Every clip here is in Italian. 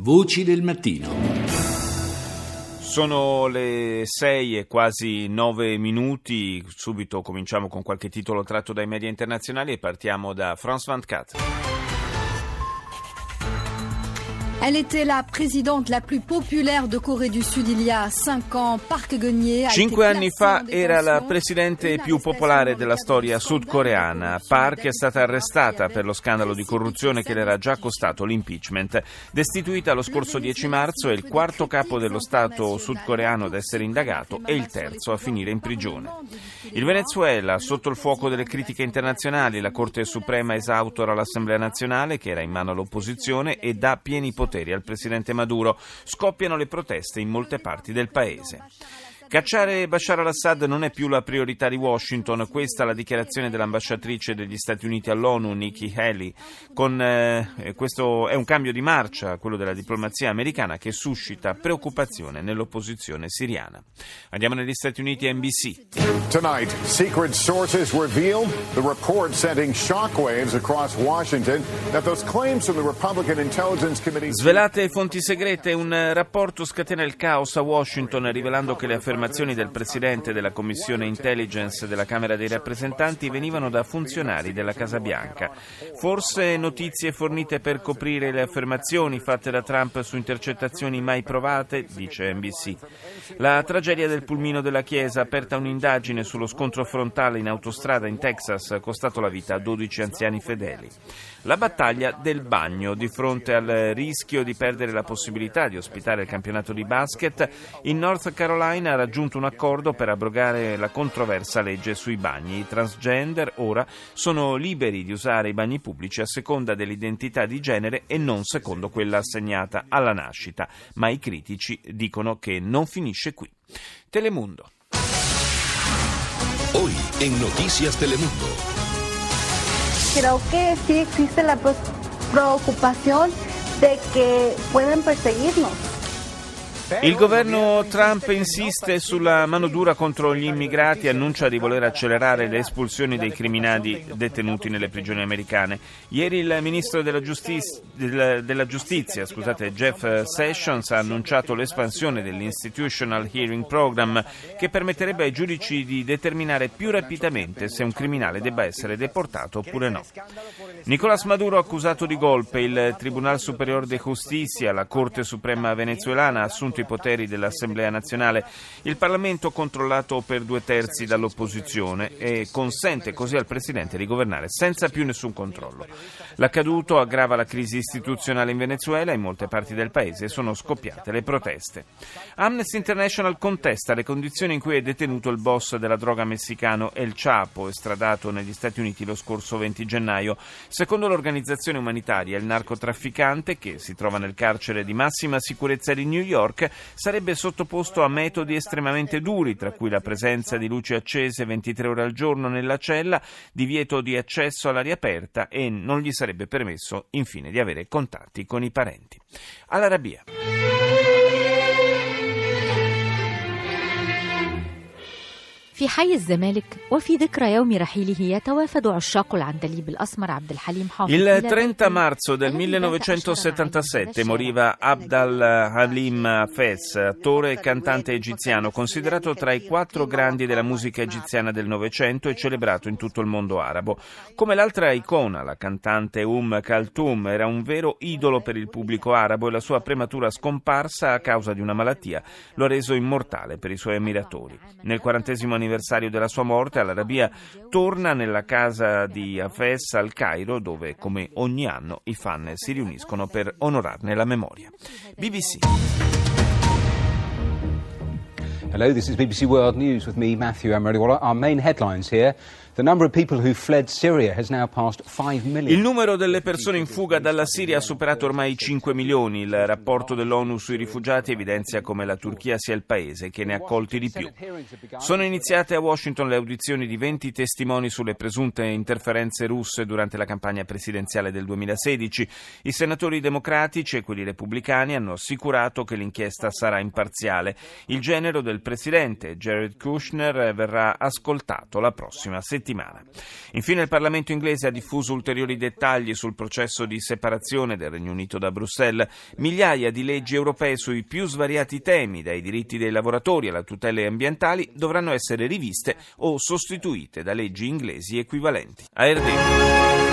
Voci del mattino. Sono le 6 e quasi 9 minuti. Subito cominciamo con qualche titolo tratto dai media internazionali e partiamo da France 24. Elle était la présidente la plus populaire de Corée du Sud il y a 5 ans. Park Geun-hye 5 anni fa era la presidente più popolare della storia sudcoreana. Park è stata arrestata per lo scandalo di corruzione che le era già costato l'impeachment. Destituita lo scorso 10 marzo, è il quarto capo dello Stato sudcoreano ad essere indagato e il terzo a finire in prigione. Il Venezuela, sotto il fuoco delle critiche internazionali, la Corte Suprema esautora l'Assemblea nazionale, che era in mano all'opposizione, e dà pieni poteri al presidente Maduro. Scoppiano le proteste in molte parti del paese. Cacciare Bashar al-Assad non è più la priorità di Washington, questa è la dichiarazione dell'ambasciatrice degli Stati Uniti all'ONU, Nikki Haley. Questo è un cambio di marcia, quello della diplomazia americana, che suscita preoccupazione nell'opposizione siriana. Andiamo negli Stati Uniti a NBC. Tonight, secret sources revealed the report sending shockwaves across Washington that those claims from the Republican Intelligence Committee. Svelate fonti segrete, un rapporto scatena il caos a Washington, rivelando che le affermazioni del presidente della Commissione Intelligence della Camera dei Rappresentanti venivano da funzionari della Casa Bianca. Forse notizie fornite per coprire le affermazioni fatte da Trump su intercettazioni mai provate, dice NBC. La tragedia del pulmino della Chiesa, aperta un'indagine sullo scontro frontale in autostrada in Texas, ha costato la vita a 12 anziani fedeli. La battaglia del bagno. Di fronte al rischio di perdere la possibilità di ospitare il campionato di basket, il North Carolina ha raggiunto un accordo per abrogare la controversa legge sui bagni. I transgender ora sono liberi di usare i bagni pubblici a seconda dell'identità di genere e non secondo quella assegnata alla nascita, ma i critici dicono che non finisce qui. Telemundo. Hoy en Noticias Telemundo. Creo que sí existe la preocupación de que pueden perseguirnos. Il governo Trump insiste sulla mano dura contro gli immigrati e annuncia di voler accelerare le espulsioni dei criminali detenuti nelle prigioni americane. Ieri il ministro della giustizia, Jeff Sessions, ha annunciato l'espansione dell'Institutional Hearing Program, che permetterebbe ai giudici di determinare più rapidamente se un criminale debba essere deportato oppure no. Nicolás Maduro accusato di golpe. Il Tribunal Superior de Justicia, la Corte Suprema venezuelana, ha assunto i poteri dell'Assemblea nazionale. Il Parlamento, controllato per 2/3 dall'opposizione, e consente così al presidente di governare senza più nessun controllo. L'accaduto aggrava la crisi istituzionale in Venezuela. In molte parti del paese sono scoppiate le proteste. Amnesty International contesta le condizioni in cui è detenuto il boss della droga messicano El Chapo, estradato negli Stati Uniti lo scorso 20 gennaio. Secondo l'organizzazione umanitaria, il narcotrafficante, che si trova nel carcere di massima sicurezza di New York, sarebbe sottoposto a metodi estremamente duri, tra cui la presenza di luci accese 23 ore al giorno nella cella, divieto di accesso all'aria aperta e non gli sarebbe permesso, infine, di avere contatti con i parenti. All'Arabia. في حي الزمالك وفي ذكرى يوم رحيله يتوافد عشاق العندليب الأسمر عبد الحليم حافظ. Il 30 marzo del 1977 moriva Abd al-Halim Hafez, attore e cantante egiziano, considerato tra i 4 grandi della musica egiziana del Novecento e celebrato in tutto il mondo arabo. Come l'altra icona, la cantante Kalthum, era un vero idolo per il pubblico arabo e la sua prematura scomparsa a causa di una malattia lo ha reso immortale per i suoi ammiratori. Nel 40° anniversario della sua morte, all'Arabia torna nella casa di Hafez al Cairo, dove come ogni anno i fan si riuniscono per onorarne la memoria. BBC. Hello, this is BBC World News with me, Matthew Amariwala. Our main headlines here. The number of people who fled Syria has now passed 5 million. Il numero delle persone in fuga dalla Siria ha superato ormai i 5 milioni. Il rapporto dell'ONU sui rifugiati evidenzia come la Turchia sia il paese che ne ha accolti di più. Sono iniziate a Washington le audizioni di 20 testimoni sulle presunte interferenze russe durante la campagna presidenziale del 2016. I senatori democratici e quelli repubblicani hanno assicurato che l'inchiesta sarà imparziale. Il genero del del presidente Jared Kushner verrà ascoltato la prossima settimana. Infine il Parlamento inglese ha diffuso ulteriori dettagli sul processo di separazione del Regno Unito da Bruxelles. Migliaia di leggi europee sui più svariati temi, dai diritti dei lavoratori alla tutele ambientali, dovranno essere riviste o sostituite da leggi inglesi equivalenti. ARD.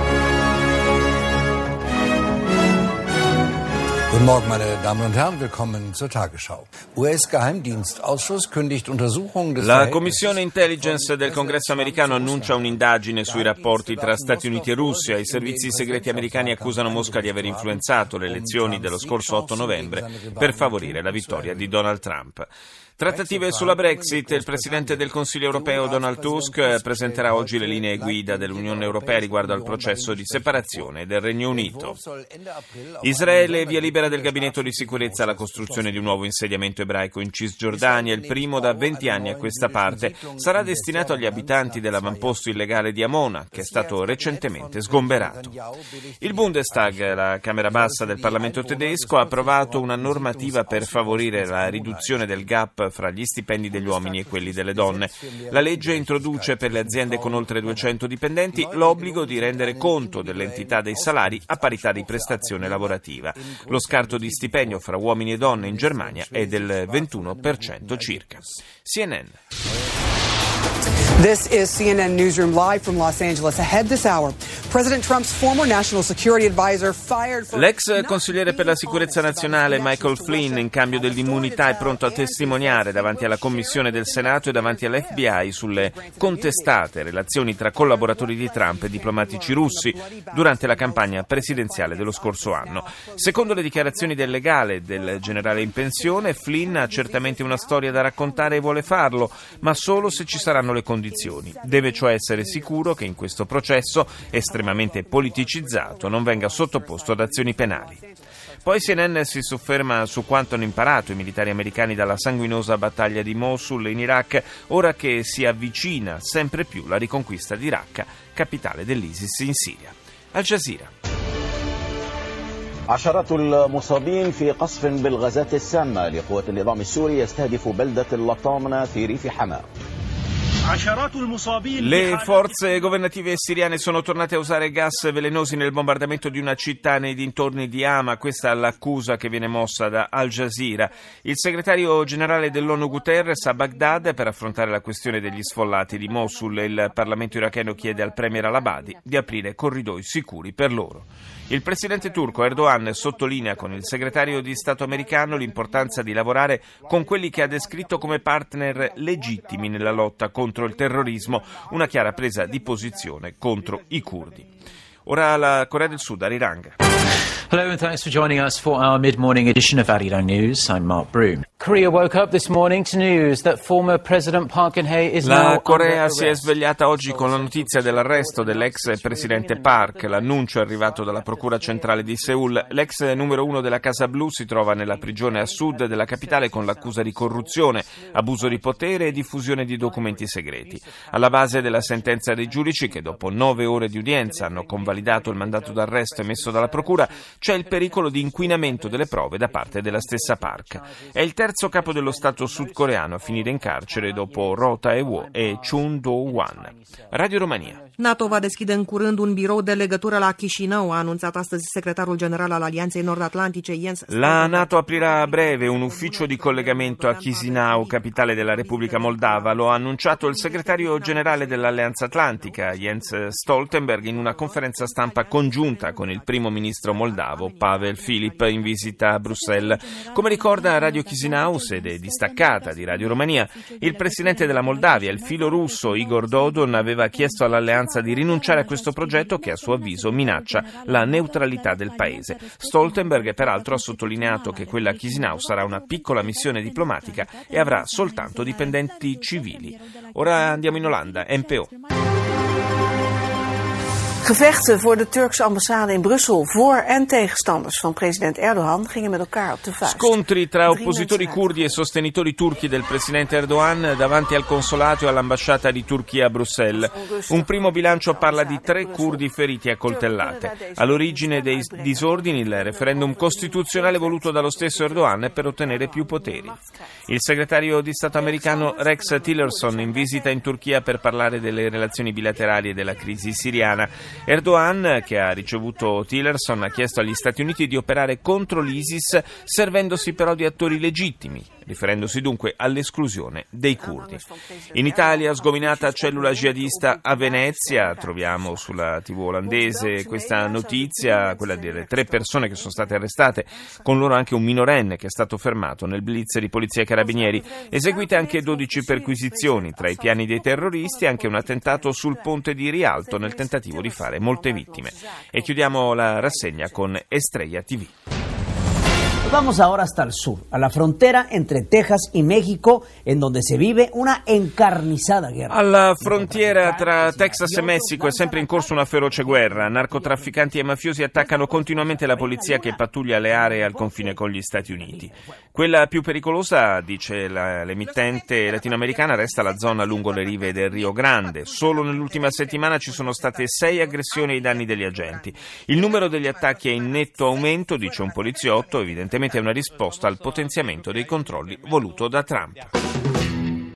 Guten Morgen, meine Damen und Herren, willkommen zur Tagesschau. US-Geheimdienstausschuss kündigt Untersuchungen des La Commissione Intelligence del Congresso americano annuncia un'indagine sui rapporti tra Stati Uniti e Russia. I servizi segreti americani accusano Mosca di aver influenzato le elezioni dello scorso 8 novembre per favorire la vittoria di Donald Trump. Trattative sulla Brexit. Il Presidente del Consiglio europeo Donald Tusk presenterà oggi le linee guida dell'Unione europea riguardo al processo di separazione del Regno Unito. Israele via libera del gabinetto di sicurezza alla costruzione di un nuovo insediamento ebraico in Cisgiordania, il primo da 20 anni a questa parte. Sarà destinato agli abitanti dell'avamposto illegale di Amona, che è stato recentemente sgomberato. Il Bundestag, la Camera bassa del Parlamento tedesco, ha approvato una normativa per favorire la riduzione del gap fra gli stipendi degli uomini e quelli delle donne. La legge introduce per le aziende con oltre 200 dipendenti l'obbligo di rendere conto dell'entità dei salari a parità di prestazione lavorativa. Lo scarto di stipendio fra uomini e donne in Germania è del 21% circa. CNN. This is CNN Newsroom live from Los Angeles. Ahead this hour, President Trump's former national security advisor fired for... L'ex consigliere per la sicurezza nazionale Michael Flynn, in cambio dell'immunità, è pronto a testimoniare davanti alla Commissione del Senato e davanti all'FBI sulle contestate relazioni tra collaboratori di Trump e diplomatici russi durante la campagna presidenziale dello scorso anno. Secondo le dichiarazioni del legale del generale in pensione, Flynn ha certamente una storia da raccontare e vuole farlo, ma solo se ci saranno le condizioni. Deve cioè essere sicuro che in questo processo estremamente politicizzato non venga sottoposto ad azioni penali. Poi CNN si sofferma su quanto hanno imparato i militari americani dalla sanguinosa battaglia di Mosul in Iraq, ora che si avvicina sempre più la riconquista di Raqqa, capitale dell'ISIS in Siria. Al Jazeera. عشرات المصابين في قصف بالغازات السامة لقوات النظام السوري يستهدف بلدة اللطامنة في ريف حما. Le forze governative siriane sono tornate a usare gas velenosi nel bombardamento di una città nei dintorni di Hama. Questa è l'accusa che viene mossa da Al Jazeera. Il segretario generale dell'ONU Guterres a Baghdad per affrontare la questione degli sfollati di Mosul. Il Parlamento iracheno chiede al premier al-Abadi di aprire corridoi sicuri per loro. Il presidente turco Erdogan sottolinea con il segretario di Stato americano l'importanza di lavorare con quelli che ha descritto come partner legittimi nella lotta contro il terrorismo, una chiara presa di posizione contro i curdi. Ora la Corea del Sud, Arirang. Hello and thanks for joining us for our mid-morning edition of Arirang News. I'm Mark Broom. Korea woke up this morning to news that former President Park Geun-hye is now La Corea si è svegliata oggi con la notizia dell'arresto dell'ex presidente Park. L'annuncio è arrivato dalla Procura Centrale di Seul. L'ex numero 1 della Casa Blu si trova nella prigione a sud della capitale con l'accusa di corruzione, abuso di potere e diffusione di documenti segreti. Alla base della sentenza dei giudici, che dopo 9 ore di udienza hanno convalidato il mandato d'arresto emesso dalla Procura, c'è il pericolo di inquinamento delle prove da parte della stessa Park. È il terzo capo dello Stato sudcoreano a finire in carcere dopo Roh Tae-woo e Chun Do-wan. Radio Romania. NATO va deschide în curând un birou de legătură la Chișinău, a anunțat astăzi secretarul general al Alianței Nord-Atlantice Jens Stoltenberg. La NATO aprirà a breve un ufficio di collegamento a Chisinau, capitale della Repubblica Moldava. Lo ha annunciato il segretario generale dell'Alleanza Atlantica Jens Stoltenberg in una conferenza stampa congiunta con il primo ministro moldavo Pavel Filip in visita a Bruxelles. Come ricorda Radio Chisinau, sede distaccata di Radio Romania, il presidente della Moldavia, il filorusso Igor Dodon, aveva chiesto all'alleanza di rinunciare a questo progetto che a suo avviso minaccia la neutralità del paese. Stoltenberg peraltro ha sottolineato che quella a Chisinau sarà una piccola missione diplomatica e avrà soltanto dipendenti civili. Ora andiamo in Olanda, NPO. Gevechten voor de Turkse ambassade in Brussel voor en tegenstanders van president Erdogan gingen met elkaar op de vuist. Scontri tra oppositori curdi e sostenitori turchi del presidente Erdogan davanti al consolato e all'ambasciata di Turchia a Bruxelles. Un primo bilancio parla di 3 curdi feriti a coltellate. All'origine dei disordini il referendum costituzionale voluto dallo stesso Erdogan per ottenere più poteri. Il segretario di Stato americano Rex Tillerson in visita in Turchia per parlare delle relazioni bilaterali e della crisi siriana. Erdogan, che ha ricevuto Tillerson, ha chiesto agli Stati Uniti di operare contro l'ISIS servendosi però di attori legittimi, riferendosi dunque all'esclusione dei curdi. In Italia, sgominata cellula jihadista a Venezia, troviamo sulla TV olandese questa notizia, quella delle 3 persone che sono state arrestate, con loro anche un minorenne che è stato fermato nel blitz di polizia e carabinieri. Eseguite anche 12 perquisizioni, tra i piani dei terroristi anche un attentato sul ponte di Rialto nel tentativo di fare molte vittime. E chiudiamo la rassegna con Estrella TV. Vamos ahora hasta el sur, a la frontera entre Texas y México, en donde se vive una encarnizada guerra. Alla frontiera tra Texas e Messico è sempre in corso una feroce guerra. Narcotrafficanti e mafiosi attaccano continuamente la polizia che pattuglia le aree al confine con gli Stati Uniti. Quella più pericolosa, dice l'emittente latinoamericana, resta la zona lungo le rive del Rio Grande. Solo nell'ultima settimana ci sono state 6 aggressioni ai danni degli agenti. Il numero degli attacchi è in netto aumento, dice un poliziotto, evidentemente è una risposta al potenziamento dei controlli voluto da Trump.